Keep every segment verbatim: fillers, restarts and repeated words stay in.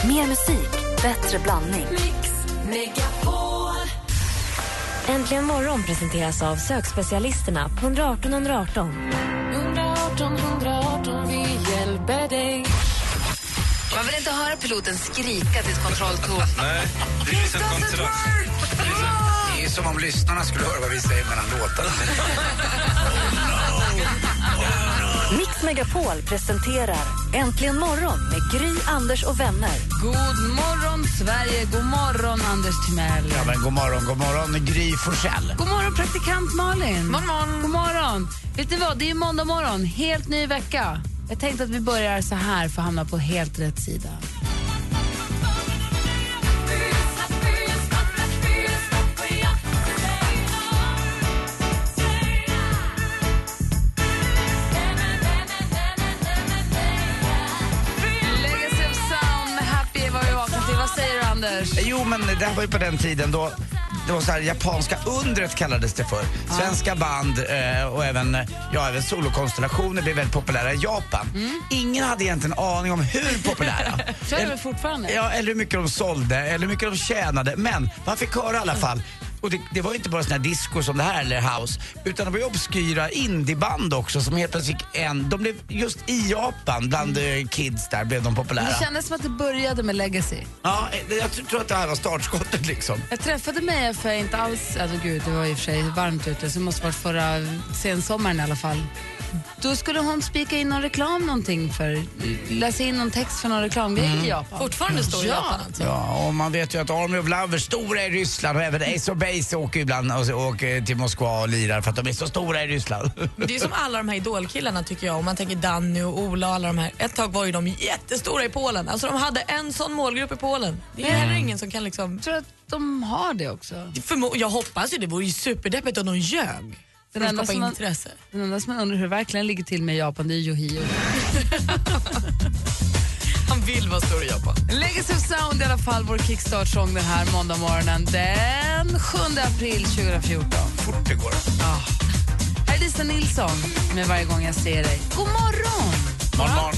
Mer musik, bättre blandning. Mix Megapol. Äntligen morgon presenteras av sökspecialisterna på ett ett åtta ett ett ett. ett ett ett ett, vi hjälper dig. Man vill inte höra piloten skrika till ett kontrolltorn. Nej, det är så kontroll. Det är ju som om lyssnarna skulle höra vad vi säger mellan låtarna. Mix Megapol presenterar Äntligen morgon med Gry, Anders och vänner. God morgon Sverige, god morgon Anders Timell. Ja, men god morgon, god morgon Gry Forssell. God morgon praktikant Malin. God morgon. God morgon. Vet ni vad, det är måndag morgon, helt ny vecka. Jag tänkte att vi börjar så här för att hamna på helt rätt sida. Jo, men det här var ju på den tiden då det var så här, japanska undret kallades det för. Svenska band eh, och även, ja, även solokonstellationer blev väldigt populära i Japan. Mm. Ingen hade egentligen aning om hur populära. Så är det fortfarande. Ja, eller hur mycket de sålde, eller hur mycket de tjänade. Men man fick höra i alla fall. Och det, det var inte bara såna här disco som det här eller house, utan det var ju obskyra indieband också som helt plötsligt en, de blev just i Japan bland mm. kids där blev de populära. Det kändes som att det började med Legacy. Ja, jag tror att det här var startskottet liksom. Jag träffade mig för inte alls, alltså gud, det var i och för sig varmt ute, så det måste varit förra sensommaren i alla fall. Då skulle hon spika in någon reklam någonting för, läsa in någon text för någon reklamgrej mm. i Japan. Fortfarande står i ja. Japan alltså. Ja, och man vet ju att Army of Lovers stora i Ryssland och även Ace of Base åker ibland och åker till Moskva och lirar för att de är så stora i Ryssland. Det är ju som alla de här idolkillarna tycker jag, om man tänker Danny och Ola och alla de här. Ett tag var ju de jättestora i Polen. Alltså de hade en sån målgrupp i Polen. Det är mm. heller ingen som kan liksom... Jag tror att de har det också. Förmo- jag hoppas ju, det vore ju superdeppigt om de ljög. Den enda, som man, den enda som man undrar hur det verkligen ligger till med Japan, det är Yohio. Han vill vara stor i Japan. Legacy of Sound i alla fall, vår kickstart-sång den här måndag morgonen den sjunde april tjugohundrafjorton. Fort det går. Ah. Här är Lisa Nilsson med Varje gång jag ser dig. God morgon! Morgon, morgon.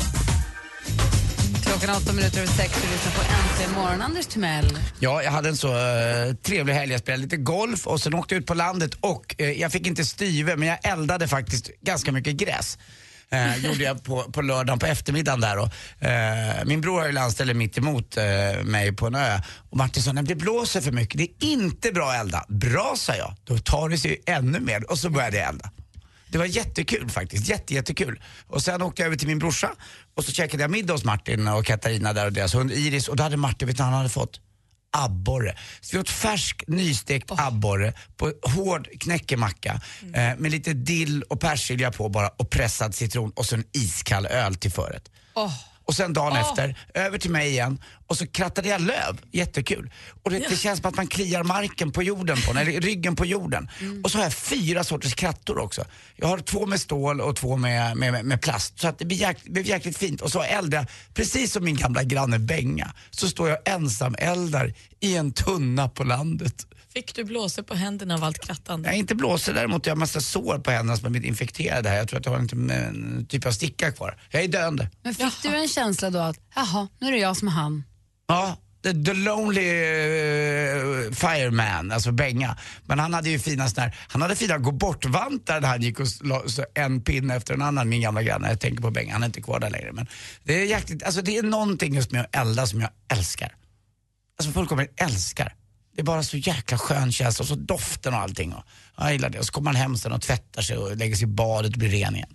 Klockan åtta minuter över sex och lyssnar på Äntligen morgon. Anders Timell. Ja, jag hade en så uh, trevlig helg. Jag spelade lite golf och sen åkte jag ut på landet och uh, jag fick inte styve, men jag eldade faktiskt ganska mycket gräs. Uh, gjorde jag på, på lördagen på eftermiddagen där. Och, uh, min bror har ju landställe mitt emot uh, mig på en ö. Och Martin sa, nej, det blåser för mycket. Det är inte bra att elda. Bra, sa jag. Då tar det sig ännu mer. Och så började jag elda. Det var jättekul faktiskt, jätte, jättekul. Och sen åkte jag över till min brorsa och så käkade jag middag hos Martin och Katarina där och deras hund Iris. Och då hade Martin, vet du, han hade fått abborre. Så vi åt färsk, nystekt oh. abborre på hård knäckemacka mm. eh, med lite dill och persilja på bara och pressad citron och så en iskall öl till förrätt. Oh. Och sen dagen oh. efter, över till mig igen och så krattade jag löv, jättekul. Och det, det känns som att man kliar marken på jorden på, eller ryggen på jorden. Mm. Och så har jag fyra sorters krattor också. Jag har två med stål och två med, med, med plast. Så att det blir jäkligt, det blir jäkligt fint. Och så eldar jag, precis som min gamla granne Benga, så står jag ensam eldar i en tunna på landet. Fick du blåser på händerna av allt krattande? Jag är inte blåser, däremot jag har massa sår på händerna som har blivit infekterade här. Jag tror att jag har en, en typ av sticka kvar. Jag är döende. Men fick jaha. du en känsla då att, jaha, nu är det jag som är han? Ja, the, the lonely uh, fireman, alltså Benga. Men han hade ju fina sån här, han hade fina gå bort-vantar där han gick och la, så en pinne efter en annan, min gamla granne. Jag tänker på Benga, han är inte kvar där längre. Men det är jäkligt, alltså det är någonting just med att elda som jag älskar. Alltså fullkomligt älskar. Det är bara så jäkla skön känsla och så doften och allting. Och jag gillar det. Och så kommer man hem sen och tvättar sig och lägger sig i badet och blir ren igen.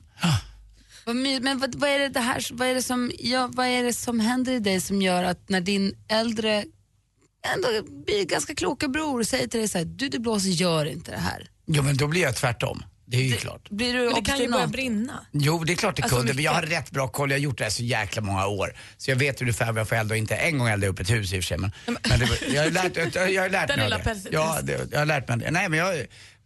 Men vad, vad är det, det här, vad är det som, ja, vad är det som händer i dig som gör att när din äldre, ändå blir ganska kloka bror säger till dig så här, du det blåser, gör inte det här. Jo, men då blir jag tvärtom. Det är ju det, klart. Blir du men det kan ju börja brinna. Jo, det är klart det alltså, kunde. Men jag har rätt bra koll. Jag har gjort det här så jäkla många år. Så jag vet ungefär vad jag får elda och inte. En gång elda upp ett hus i och för sig. Men, men det, jag har lärt, jag, jag har lärt mig det. Ja, det, jag har lärt mig det. Nej, men jag, det,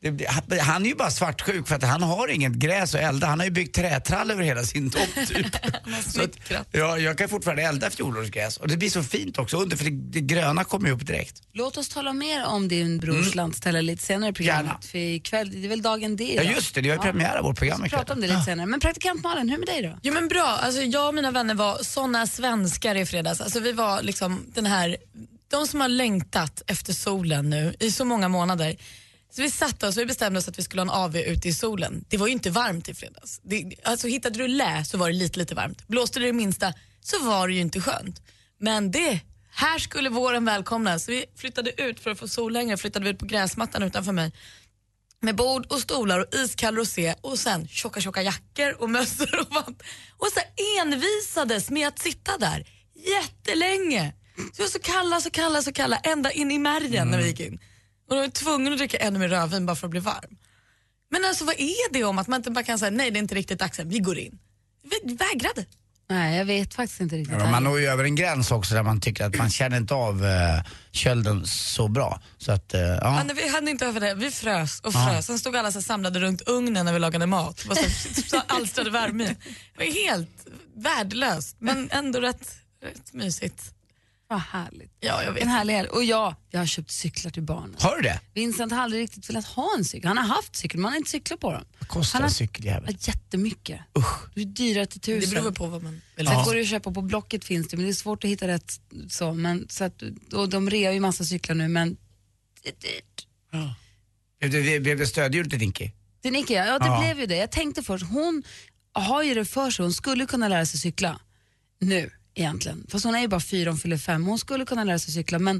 det, han är ju bara svartsjuk för att han har inget gräs att elda. Han har ju byggt trätrall över hela sin topp typ. Så att, ja, jag kan fortfarande elda fjolårsgräs. Och det blir så fint också under, för det, det gröna kommer ju upp direkt. Låt oss tala mer om din brors mm. landställe lite senare i programmet. Gärna. För ikväll, det är väl dagen D idag. Ja just det, det är ja. premiär av vårt program ikväll. Prata om det lite senare. Men praktikant Malin, hur med dig då? Jo men bra, alltså jag och mina vänner var såna svenskar i fredags. Alltså vi var liksom den här, de som har längtat efter solen nu i så många månader. Så vi satt oss och vi bestämde oss att vi skulle ha en A V ute i solen. Det var ju inte varmt i fredags. Det, alltså hittade du lä så var det lite lite varmt. Blåste det det minsta så var det ju inte skönt. Men det, här skulle våren välkomna. Så vi flyttade ut för att få solhängare, flyttade vi ut på gräsmattan utanför mig. Med bord och stolar och iskall rosé och sen tjocka tjocka jackor och mössor och vant. Och så envisades med att sitta där jättelänge. Så vi var så kalla, så kalla, så kalla ända in i märgen mm. när vi gick in. Och då var tvungen att dricka ännu mer rödvin bara för att bli varm. Men alltså vad är det om att man inte bara kan säga nej det är inte riktigt dags än, vi går in. Vi vägrade. Nej jag vet faktiskt inte riktigt. Ja, man når ju över en gräns också där man tycker att man känner inte av uh, kölden så bra. Så att, uh, ja. Ja, nej, vi hade inte över det, vi frös och frös. Ja. Sen stod alla så samlade runt ugnen när vi lagade mat. Det var så, så alstrade värme. Det var helt värdelöst men ändå rätt, rätt mysigt. Vad härligt. Ja, jag vet. En härlig helg. Och ja, jag har köpt cyklar till barnen. Har du det? Vincent har aldrig riktigt velat ha en cykel. Han har haft cykel, men han har inte cyklat på dem. Vad kostar en cykeljävel? Jättemycket. Usch. Det är dyrare till tusen. Det beror på vad man vill ha. Sen ja. går det att köpa på Blocket finns det, men det är svårt att hitta rätt så. Men, så att, och de rear ju massa cyklar nu, men det är dyrt. Ja. Det blev det stödhjul till Dinky? Till Nicky, ja det ja. blev ju det. Jag tänkte först, hon har ju det för sig. Hon skulle kunna lära sig cykla nu. Egentligen. Fast hon är ju bara fyra, hon fyller fem. Hon skulle kunna lära sig cykla, men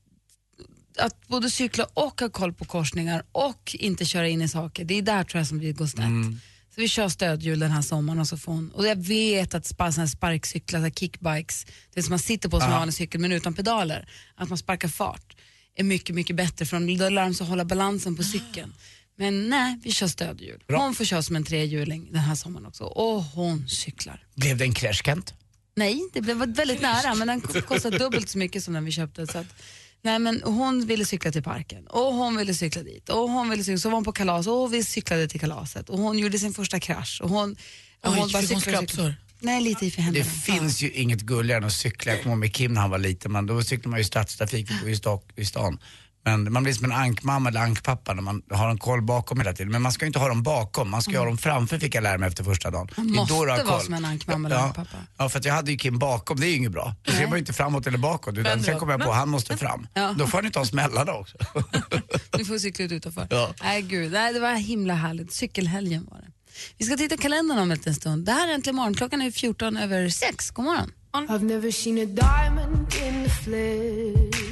att både cykla och ha koll på korsningar och inte köra in i saker, det är där tror jag som vi går snett. Mm. Så vi kör stödhjul den här sommaren och så får hon, och jag vet att såna sparkcyklar, kickbikes, det som man sitter på som ja. en cykel men utan pedaler, att man sparkar fart är mycket, mycket bättre för då lär de sig hålla balansen på cykeln. Men nej, vi kör stödhjul. Bra. Hon får köra som en trehjuling den här sommaren också och hon cyklar. Blev det en krasch, Kent? Nej, det blev väldigt nära, men den kostade dubbelt så mycket som den vi köpte. Så att, nej, men hon ville cykla till parken och hon ville cykla dit och hon ville cykla, så var hon på kalas och vi cyklade till kalaset och hon gjorde sin första krasch och hon, och Oj, hon bara cyklade. Nej, lite i för henne. Det finns ju inget gulligare än att cykla. Jag kommer med Kim när han var liten, men då cyklade man ju stadstrafik i, sta- i stan. Men man blir som en ankmamma eller ankpappa när man har en koll bakom hela tiden. Men man ska ju inte ha dem bakom, man ska mm. ha dem framför, fick jag lära mig efter första dagen. Man måste vara koll. Som en ankmamma eller ja, ankpappa. Ja, för att jag hade ju Kim bakom, det är ju inget bra. Då ser man ju inte framåt eller bakåt, utan sen kommer jag på att han måste fram. Ja. Då får han ju ta smällarna också. Du får cykla ut utanför. Ja. Nej gud, nej, det var himla härligt. Cykelhelgen var det. Vi ska titta kalendern om en liten stund. Det här är Äntligen morgon, klockan är fjorton över sex. God morgon. I've never seen a diamond in the flesh.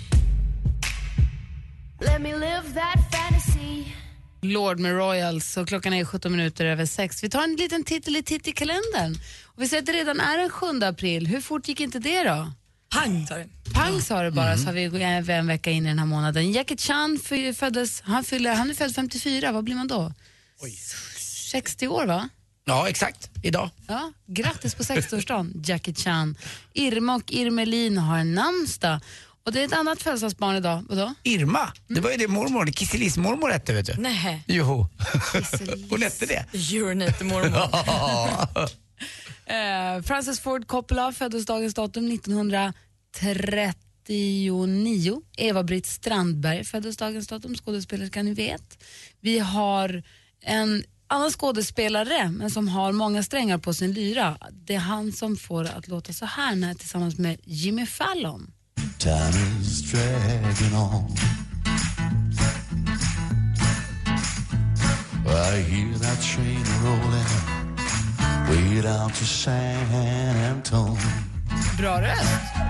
Let me live that fantasy. Lord med Royals, och klockan är sjutton minuter över sex. Vi tar en liten titt eller titt i kalendern. Och vi ser att det redan är den sjunde april. Hur fort gick inte det då? Pang sa det. Pang sa det bara, mm. så har vi en vecka in i den här månaden. Jackie Chan föddes, han, fyller, han är född femtiofyra, vad blir man då? Oj. sextio år va? Ja, exakt. Idag. Ja, grattis på sextioårsdagen, Jackie Chan. Irma och Irmelin har en namnsdag. Och det är ett annat födelsedagsbarn idag. Vadå? Irma? Mm. Det var ju det mormor, det Kisselis mormor hette, vet du. Nej. Jo. Hon hette det. Urinate mormor. uh, Francis Ford Coppola föddes dagens datum nittonhundratrettionio. Eva-Britt Strandberg föddes dagens datum, skådespelerska ni vet. Vi har en annan skådespelare men som har många strängar på sin lyra. Det är han som får att låta så här när tillsammans med Jimmy Fallon. Time is dragging on. I hear that train rolling way down to San Antonio. Bra röst.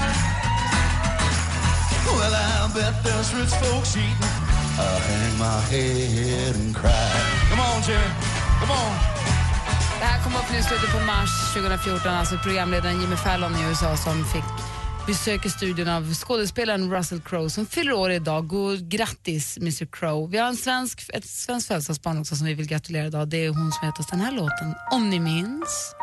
Well, I bet there's rich folks eating. I hang my head and cry. Come on, Jerry. Come on. Det här kom upp nu i slutet på mars tjugohundrafjorton, alltså programledaren Jimmy Fallon i U S A som fick besöker studion av skådespelaren Russell Crowe som fyller år idag. Och grattis mister Crowe. Vi har en svensk, ett svenskt födelsedagsbarn också som vi vill gratulera idag. Det är hon som heter den här låten, om ni minns.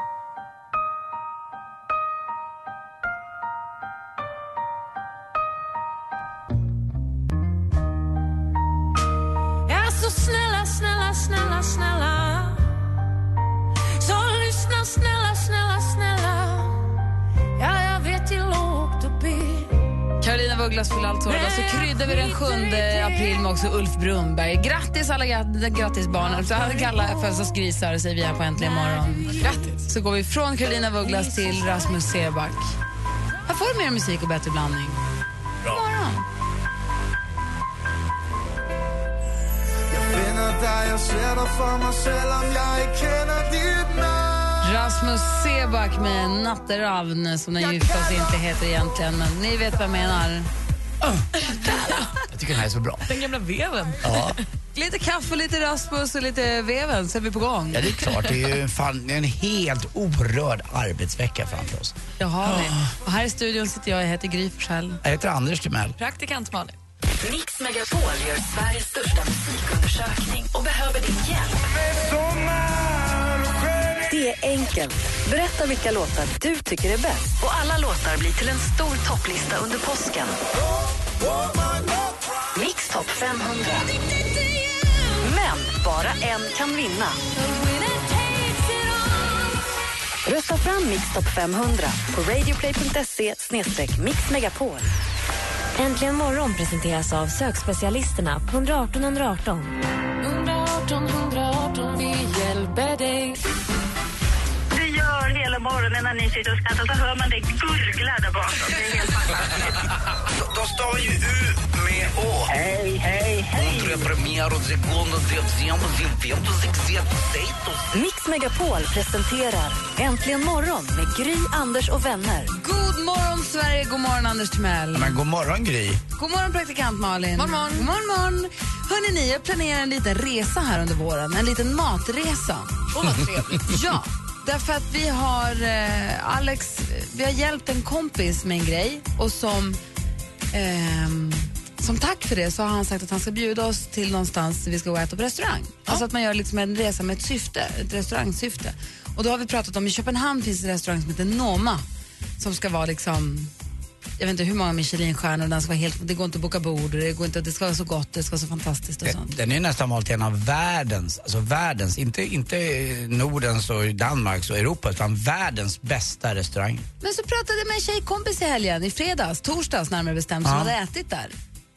Jag är så snö snälla, snälla. Så lyssna snälla, snälla, snälla. Ja, jag vet det lågt uppe. Carolina Vugglas fyller allt år. Så kryddar vi den sjunde april med också Ulf Brunnberg. Grattis alla grat- grattis barnen. Så alla födelsedagsgrisar säger vi här på Äntligen morgon. Grattis. Så går vi från Carolina Vugglas till Rasmus Seback. Här får du mer musik och bättre blandning. Bra. God morgon. Jag finner dig och ser dig för mig selv om jag inte känner ditt namn. Rasmus Seback med Natteravn, som den ju förstås inte heter egentligen, men ni vet vad jag menar. Uh, jag tycker den här är så bra. Den gamla veven. Ja. Lite kaffe, lite Rasmus och lite veven, så är vi på gång. Ja, det är klart. Det är ju fan en helt orörd arbetsvecka framför oss. Det har vi. Och här i studion sitter jag, jag heter Gry Forssell. Jag heter Anders Timell. Praktikant Malin. Mix Megapol gör Sveriges största musikundersökning och behöver din hjälp. Det är enkelt. Berätta vilka låtar du tycker är bäst. Och alla låtar blir till en stor topplista under påsken. Mix Top femhundra. Men bara en kan vinna. Rösta fram Mix Top femhundra på radioplay.se snedstreck mixmegapol. Äntligen morgon presenteras av sökspecialisterna på ett ett åtta ett ett åtta. ett åtta ett ett åtta, vi hjälper dig. Det gör hela morgonen när ni sitter och skrattar, så hör man det gurgla där bakom. Det är helt fantastiskt. De stavar ju U med Å. Hej, hej, hej. Mix Megapol presenterar Äntligen morgon med Gry, Anders och vänner. God morgon Sverige, god morgon Anders Timell. Ja, men god morgon Gry. God morgon praktikant Malin. Morgon, morgon. God morgon, morgon. Hörrni, ni, jag planerar en liten resa här under våren. En liten matresa. Åh, vad trevligt. Ja, därför att vi har eh, Alex, vi har hjälpt en kompis med en grej. Och som eh, som tack för det så har han sagt att han ska bjuda oss till någonstans vi ska gå och äta på restaurang. Ja. Alltså att man gör liksom en resa med ett syfte, ett restaurangsyfte. Och då har vi pratat om, i Köpenhamn finns en restaurang som heter Noma. Som ska vara liksom, jag vet inte hur många Michelin-stjärnor, den ska vara helt, det går inte att boka bord, det går inte, det ska vara så gott, det ska vara så fantastiskt och sånt. Den är nästan valt en av världens, alltså världens, inte, inte Nordens och Danmarks och Europas, utan världens bästa restaurang. Men så pratade jag med en tjejkompis i helgen, i fredags, torsdags närmare bestämt, som Ja. hade ätit där.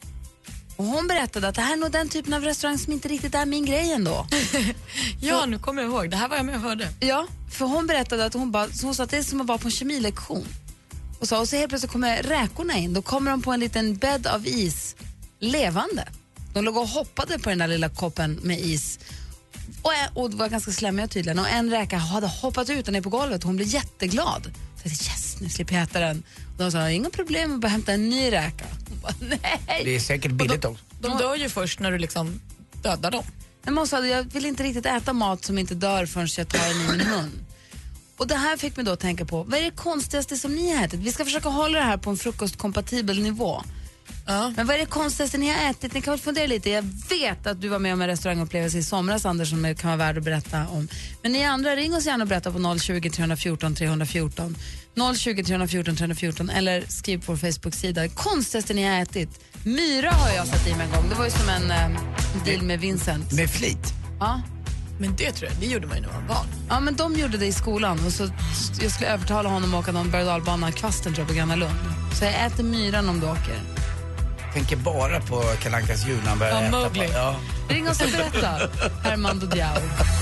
Och hon berättade att det här är nog den typen av restaurang som inte riktigt är min grej ändå. Ja, nu kommer jag ihåg. Det här var jag med och hörde. Ja, för hon berättade att hon, bara, hon sa att det är som att vara på en kemilektion. Och, så, och så helt plötsligt kommer räkorna in. Då kommer de på en liten bädd av is, levande. De låg och hoppade på den där lilla koppen med is. Och, och det var ganska slämmiga tydligen. Och en räka hade hoppat ut och ner på golvet. Hon blev jätteglad. Så jag tänkte, yes, nu slipper jag äta den. Och de sa, inga problem att bara hämta en ny räka. Hon bara, nej. Det är säkert billigt också. De dör ju först när du liksom dödar dem. Men hon sa, jag vill inte riktigt äta mat som inte dör förrän jag tar den i min mun. Och det här fick mig då att tänka på, vad är det konstigaste som ni har ätit? Vi ska försöka hålla det här på en frukostkompatibel nivå. Ja. Men vad är det konstigaste ni har ätit? Ni kan väl fundera lite. Jag vet att du var med om en restaurangupplevelse i somras, Anders, som kan vara värd att berätta om. Men ni andra, ring oss gärna och berätta på noll tjugo, tre fjorton, tre fjorton. noll tjugo, tre fjorton, tre fjorton. Eller skriv på vår Facebook-sida. Konstigaste ni har ätit. Myra har jag satt i mig en gång. Det var ju som en um, deal med Vincent. Med flit. Ja. Men det tror jag, det gjorde man ju när man var barn. Ja, men de gjorde det i skolan. Och så jag skulle övertala honom att åka någon berg- och dalbana kvasten, tror jag, på Gröna Lund. Så jag äter myran om du åker. Tänker bara på Kalle Ankas jul när han börjar Ja, äta. Mowgli. På, ja. Ring oss och berätta. Hermando Diao.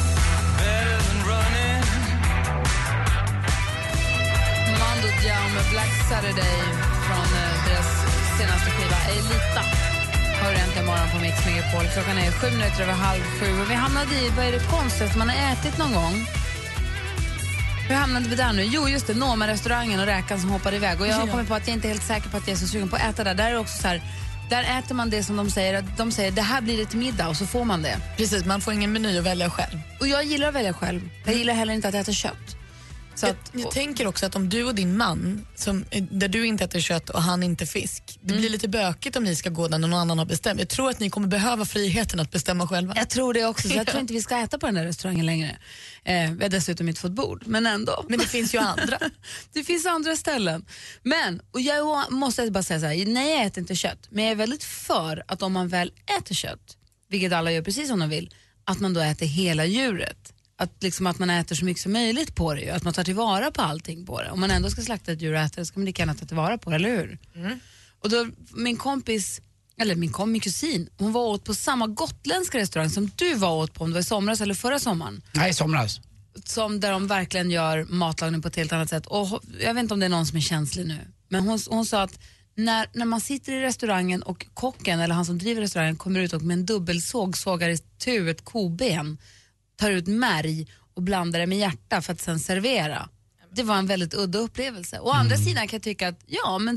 Mando Diao med Black Saturday från eh, deras senaste skiva Elita. Hör äntligen morgon på Mix Megapol. Klockan är sju minuter över halv sju. Och vi hamnade i, vad är det konstigt man har ätit någon gång? Hur hamnade vi där nu? Jo, just det, Noma-restaurangen och räkan som hoppade iväg. Och jag har Ja. kommit på att jag inte är helt säker på att jag är så sugen på att äta där. Där är det också så här, där äter man det som de säger, att de säger det här blir det till middag och så får man det. Precis, man får ingen meny att välja själv. Och jag gillar att välja själv. Jag gillar heller inte att äta kött. Så Jag, att, jag tänker också att om du och din man, som, där du inte äter kött och han inte fisk, det blir lite bökigt om ni ska gå där någon annan har bestämt. Jag tror att ni kommer behöva friheten att bestämma själva. jag tror det också, så jag Ja. tror inte vi ska äta på den där restaurangen längre. Eh, vi har dessutom inte fått bord, men ändå. Men det finns ju andra. Det finns andra ställen. Men, och jag måste bara säga så här, nej jag äter inte kött, men jag är väldigt för att om man väl äter kött, vilket alla gör precis som de vill, att man då äter hela djuret. Att, liksom, att man äter så mycket som möjligt på det. Att man tar tillvara på allting på det. Om man ändå ska slakta ett djur och äta det, ska man lika gärna ta tillvara på det, eller hur? Mm. Och då, min kompis, eller min, kom, min kusin, hon var åt på samma gotländska restaurang som du var åt på, om det var i somras eller förra sommaren. Nej, somras. Som där de verkligen gör matlagning på ett helt annat sätt. Och jag vet inte om det är någon som är känslig nu. Men hon, hon sa att när, när man sitter i restaurangen och kocken eller han som driver restaurangen kommer ut och med en dubbelsåg sågar i tu ett koben, tar ut märg och blandar det med hjärta för att sen servera. Det var en väldigt udda upplevelse. Å andra mm. sidan kan jag tycka att ja, men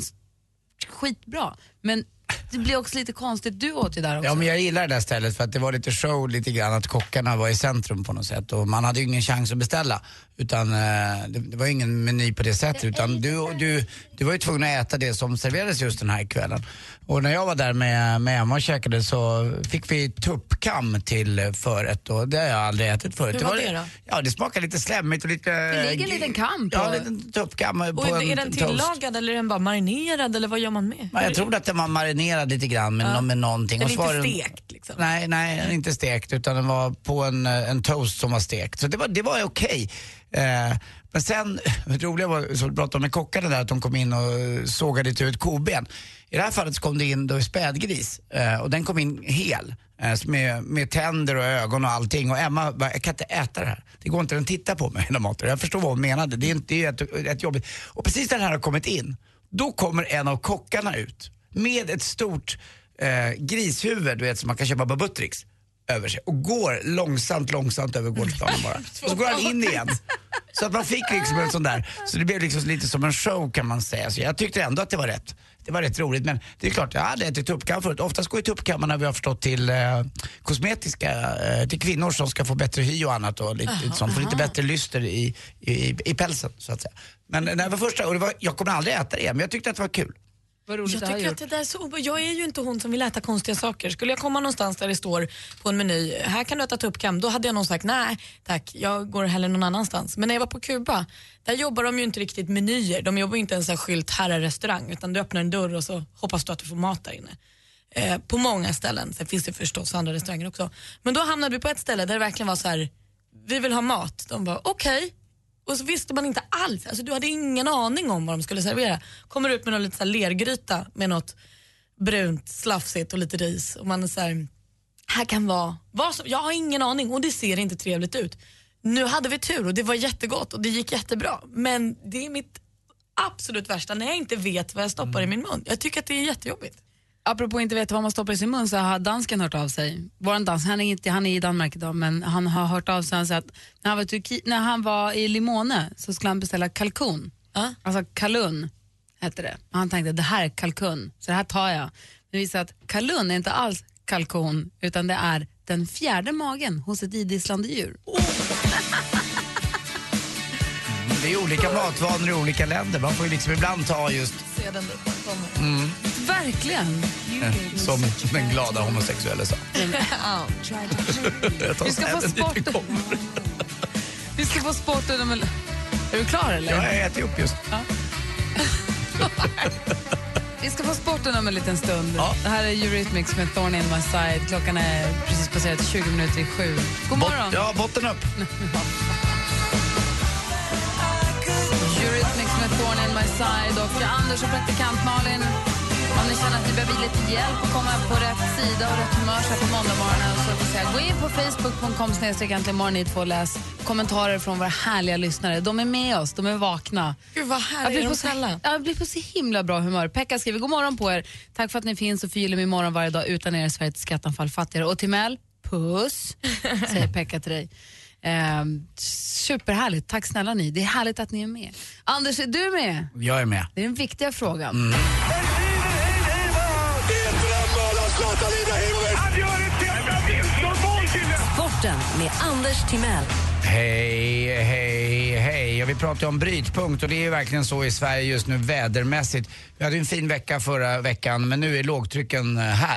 skitbra. Men det blir också lite konstigt, du åt ju där också. Ja, men jag gillar det där stället för att det var lite show lite grann, att kockarna var i centrum på något sätt och man hade ju ingen chans att beställa utan eh, det, det var ingen meny på det sättet utan du, du, du var ju tvungen att äta det som serverades just den här kvällen. Och när jag var där med, med Emma och käkade så fick vi tuppkam till förrätt och det har jag aldrig ätit förut. Hur var det, det då? Ja, det smakar lite slemmigt och lite... Det ligger en liten kam på. Ja, en liten tuppkam på och en är den tillagad toast. Eller är den bara marinerad eller vad gör man med? Ja, jag tror att den var marinerad lite grann med, ja. med någonting. Den är inte den, stekt liksom? Nej, nej, den är inte stekt utan den var på en, en toast som var stekt. Så det var, det var okej. Eh, men sen, det roliga var, så pratade med kockarna där, att de kom in och sågade ut ett koben. I det här fallet så kom det in då spädgris eh, och den kom in hel eh, med, med tänder och ögon och allting. Och Emma bara, jag kan inte äta det här. Det går inte att titta på mig hela maten. Jag förstår vad hon menade. Det är inte det är ett, ett jobbigt. Och precis när den här har kommit in, då kommer en av kockarna ut med ett stort eh, grishuvud, du vet, som man kan köpa på Buttricks, över sig och går långsamt, långsamt över gårdsplanen bara. Och så går han in igen. Så att man fick liksom en sån där, så det blev liksom lite som en show kan man säga. Så jag tyckte ändå att det var rätt. Det var rätt roligt, men det är klart, jag hade ätit tuppkam förut. Oftast går ju tuppkammarna, vi har förstått, till eh, kosmetiska, eh, till kvinnor som ska få bättre hy och annat och lite, aha, lite sånt, få lite bättre lyster i, i, i pälsen, så att säga. Men när det var första, och det var, jag kommer aldrig äta det igen, men jag tyckte att det var kul. Jag tycker att det där är så, jag är ju inte hon som vill äta konstiga saker. Skulle jag komma någonstans där det står på en meny, här kan du äta tuppkam, då hade jag nog sagt nej tack, jag går hellre någon annanstans. Men när jag var på Kuba, där jobbar de ju inte riktigt menyer. De jobbar ju inte ens en skylt här är restaurang, utan du öppnar en dörr och så hoppas du att du får mat där inne. Eh, på många ställen, sen finns det förstås andra restauranger också. Men då hamnade vi på ett ställe där det verkligen var så här: vi vill ha mat. De bara okej. Okay. Och så visste man inte alls, alltså du hade ingen aning om vad de skulle servera. Kommer ut med någon lite så här lergryta med något brunt, slafsigt och lite ris. Och man är så här, här kan vara, vad som, jag har ingen aning och det ser inte trevligt ut. Nu hade vi tur och det var jättegott och det gick jättebra. Men det är mitt absolut värsta när jag inte vet vad jag stoppar mm. i min mun. Jag tycker att det är jättejobbigt. Apropå inte veta vad man stoppar i sin mun så har dansken hört av sig. Våran dans, han är, inte, han är i Danmark idag, men han har hört av sig så att när han var, Turki, när han var i Limone så skulle han beställa kalkun. Uh? Alltså kalun hette det. Och han tänkte det här är kalkun, så det här tar jag. Det visar att kalun är inte alls kalkun, utan det är den fjärde magen hos ett idisslande djur. Oh. Det är olika matvanor i olika länder. Man får ju liksom ibland ta just... Se den mm. Verkligen. Som den glada homosexuella sa. Vi ska få sport. Vi ska få sport. Är du klar eller? Jag har ätit upp just. Ja. Vi ska få sporten om en liten stund. Ja. Det här är Eurythmics med Thorn in my side. Klockan är precis passerat tjugo minuter i sju. God morgon. Bot- ja, botten upp. Eurythmics med Thorn in my side och Anders och praktikant Malin. Om ni känner att ni behöver lite hjälp att komma på rätt sida och rätt humör så på måndag morgonen, så får säga, gå in på facebook punkt com snedstreck äntligen morgon hit och läs kommentarer från våra härliga lyssnare. De är med oss, de är vakna. Gud vad härligt, är de snälla. Jag blir på så himla bra humör. Pekka skriver, god morgon på er. Tack för att ni finns och förgyller mig imorgon varje dag. Utan er är Sverige ett skattanfall fattigare. Och till Mel, puss, säger Pekka till dig. Eh, superhärligt, tack snälla ni. Det är härligt att ni är med. Anders, är du med? Jag är med. Det är den viktiga frågan. Mm. Sporten med Anders Timell. Hej, hej, hej. Jag vill prata om brytpunkt och det är ju verkligen så i Sverige just nu vädermässigt. Vi hade en fin vecka förra veckan men nu är lågtrycken här.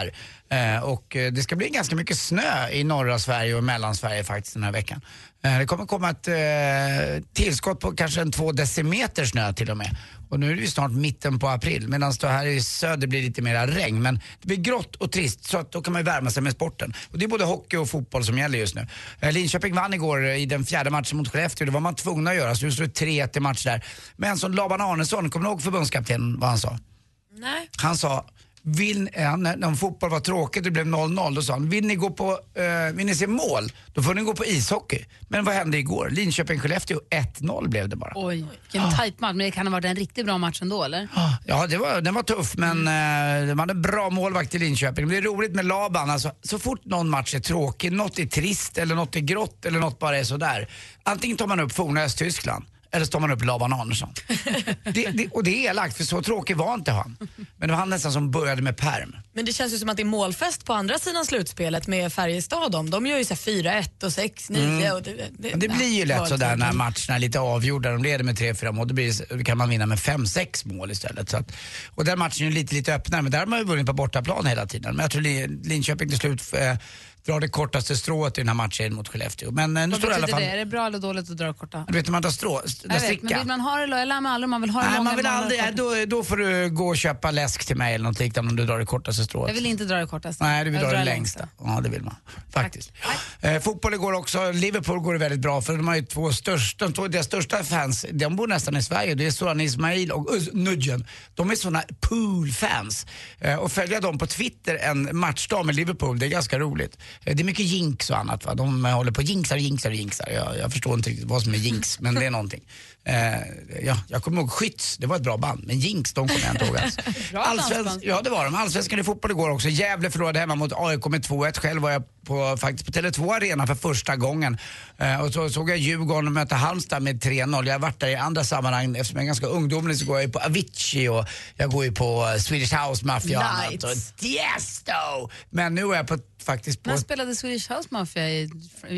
Eh, och eh, det ska bli ganska mycket snö i norra Sverige och Mellansverige faktiskt den här veckan. Eh, det kommer komma ett eh, tillskott på kanske en två decimeter snö till och med. Och nu är det ju snart mitten på april, medan det här i söder blir lite mer regn. Men det blir grått och trist, så att då kan man ju värma sig med sporten. Och det är både hockey och fotboll som gäller just nu. Eh, Linköping vann igår i den fjärde matchen mot Skellefteå. Det var man tvungna att göra, så nu står det tre ett i match där. Men som Laban Arnesson, kommer du ihåg förbundskapten vad han sa? Nej. Han sa, vill, ja, när, när fotboll var tråkigt och det blev noll noll, då sa han, vill ni gå på, uh, vill ni se mål, då får ni gå på ishockey. Men vad hände igår? Linköping-Skellefteå ett noll blev det bara. Oj, vilken Ja. tajt match. Men det kan ha varit en riktigt bra match ändå, eller? Ja, det var, den var tuff, men uh, de hade bra målvakt i Linköping. Det blir roligt med Laban. Alltså, så fort någon match är tråkig, något är trist eller något är grått eller något bara är sådär. Antingen tar man upp forna Östtyskland eller så tar man upp Laban Andersson. det, det, och det är elakt, för så tråkig var inte han. Men det var han nästan som började med perm. Men det känns ju som att det är målfest på andra sidan slutspelet med Färjestad. De, de gör ju så här fyra ett och sex nio. Mm. Och det, det, Men det blir ju lätt sådär när matcherna är lite avgjorda. De leder med tre fyra mål, då, blir, då kan man vinna med fem sex mål istället. Så att, och den matchen är ju lite, lite öppnare, men där har man ju vunnit på bortaplan hela tiden. Men jag tror Linköping till slut eh, drar det kortaste strået i den här matchen mot Skellefteå. Men eh, nu Vad står det i alla betyder fall... det? Är det bra eller dåligt att dra korta? Du vet när man drar strå, drar Jag vet, sticka. men vill man ha det, eller lär man aldrig, man vill ha det Nej, långa, man vill man aldrig, ha det då, då får du gå och köpa läsk till mig eller något liknande om du drar det kortaste strået. Jag vill inte dra det kortaste. Nej, du vill Jag dra det drar längsta. Ja, det vill man. Faktiskt. Eh, fotboll igår också. Liverpool går det väldigt bra för de har ju två största, två, deras största fans, de bor nästan i Sverige. Det är Soran Ismail och uh, Nudgen. De är såna poolfans. Eh, och följa dem på Twitter en matchdag med Liverpool, det är ganska roligt. Eh, det är mycket jinx och annat, va? De eh, håller på jinxar, jinxar, jinxar. Jag, jag förstår inte riktigt vad som är jinx, men det är någonting. Eh, ja, jag kommer ihåg Skytts, det var ett bra band, men Jinx, de kommer jag inte ihåg alls. Allsvensk, ja, det var de. Allsvenskan i fotboll igår också. Gävle förlorade hemma mot A I K med två ett. Själv var jag på, faktiskt på Tele två Arena för första gången. Eh, och så såg jag Djurgården möta Halmstad med tre noll. Jag har varit där i andra sammanhang. Eftersom jag är ganska ungdomlig så går jag ju på Avicii och jag går ju på Swedish House Mafia och annat. Och Tiesto! Men nu är jag på, faktiskt på... När spelade Swedish House Mafia i,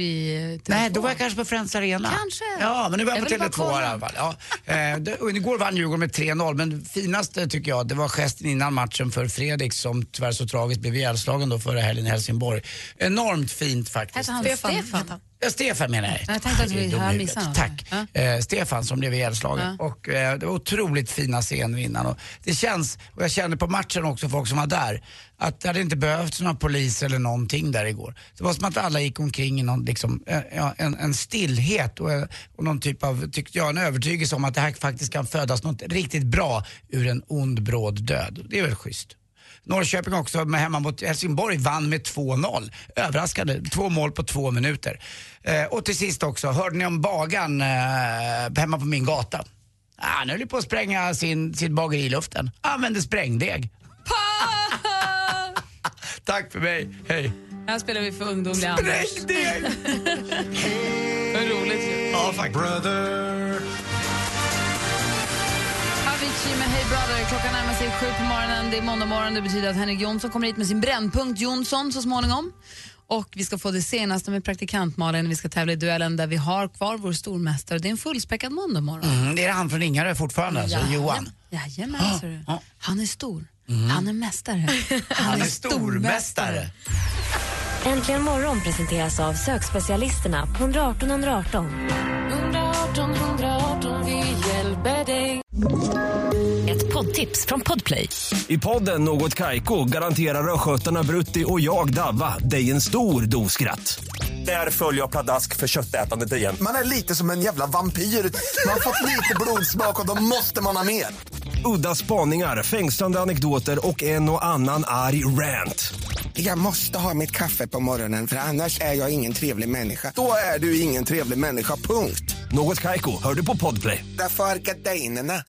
i Nej, då var jag kanske på Friends Arena. Kanske. Ja, men nu var jag, Jag på vill Tele två bara i alla fall. Ja. Eh, det, och igår vann Djurgården med tre noll, men finaste tycker jag, det var gesten innan matchen för Fredrik som tyvärr så tragiskt blev ihjälslagen då förra helgen i Helsingborg. Enormt fint faktiskt. Hette han Stefan. Stefan? Ja, Stefan menar jag. Jag tänkte att vi Dum hade i missat huvudet. något. Tack. Ja. Eh, Stefan som blev ihjälslagen. Ja. Och eh, det var otroligt fina scener innan. Och det känns, och jag kände på matchen också, folk som var där, att det hade inte behövts någon polis eller någonting där igår. Det var som att alla gick omkring i någon, liksom, eh, ja, en, en stillhet och, och någon typ av, tyckte jag, en övertygelse om att det här faktiskt kan födas något riktigt bra ur en ond bråd död. Det är väl schysst. Norrköping också med hemma mot Helsingborg vann med två noll. Överraskande, två mål på två minuter. Eh, och till sist också, hörde ni om bagaren eh, hemma på min gata? Ah, han höll ju på att spränga sin, sin bageri i luften. Använde sprängdeg. Tack för mig, hej. Här spelar vi för ungdomliga Anders. Sprängdeg! Vad roligt ju. Ja, faktiskt. Avicii med Hey Brother. Klockan närmar sig sju på morgonen. Det är måndag morgon. Det betyder att Henrik Jonsson kommer hit med sin Brännpunkt Jonsson så småningom. Och vi ska få det senaste med praktikant Malin. Vi ska tävla i duellen där vi har kvar vår stormästare. Det är en fullspäckad måndag morgon. Mm, det är han från Ingarö fortfarande, alltså, Johan. Jajamän, Ah, ser du. ah. Han är stor. Han är mästare. Han, Han är stormästare. stormästare. Äntligen morgon presenteras av sökspecialisterna på ett ett åtta ett ett åtta. Ett poddtips från Podplay. I podden Något Kaiko garanterar östgötarna Brutti och jag Davva dig en stor dos skratt. Där följer jag pladask för köttätandet igen. Man är lite som en jävla vampyr. Man har fått lite blodsmak och då måste man ha mer. Udda spaningar, fängslande anekdoter och en och annan arg rant. Jag måste ha mitt kaffe på morgonen för annars är jag ingen trevlig människa. Då är du ingen trevlig människa, punkt. Något Kaiko, hör du på Podplay. Därför är gardinerna.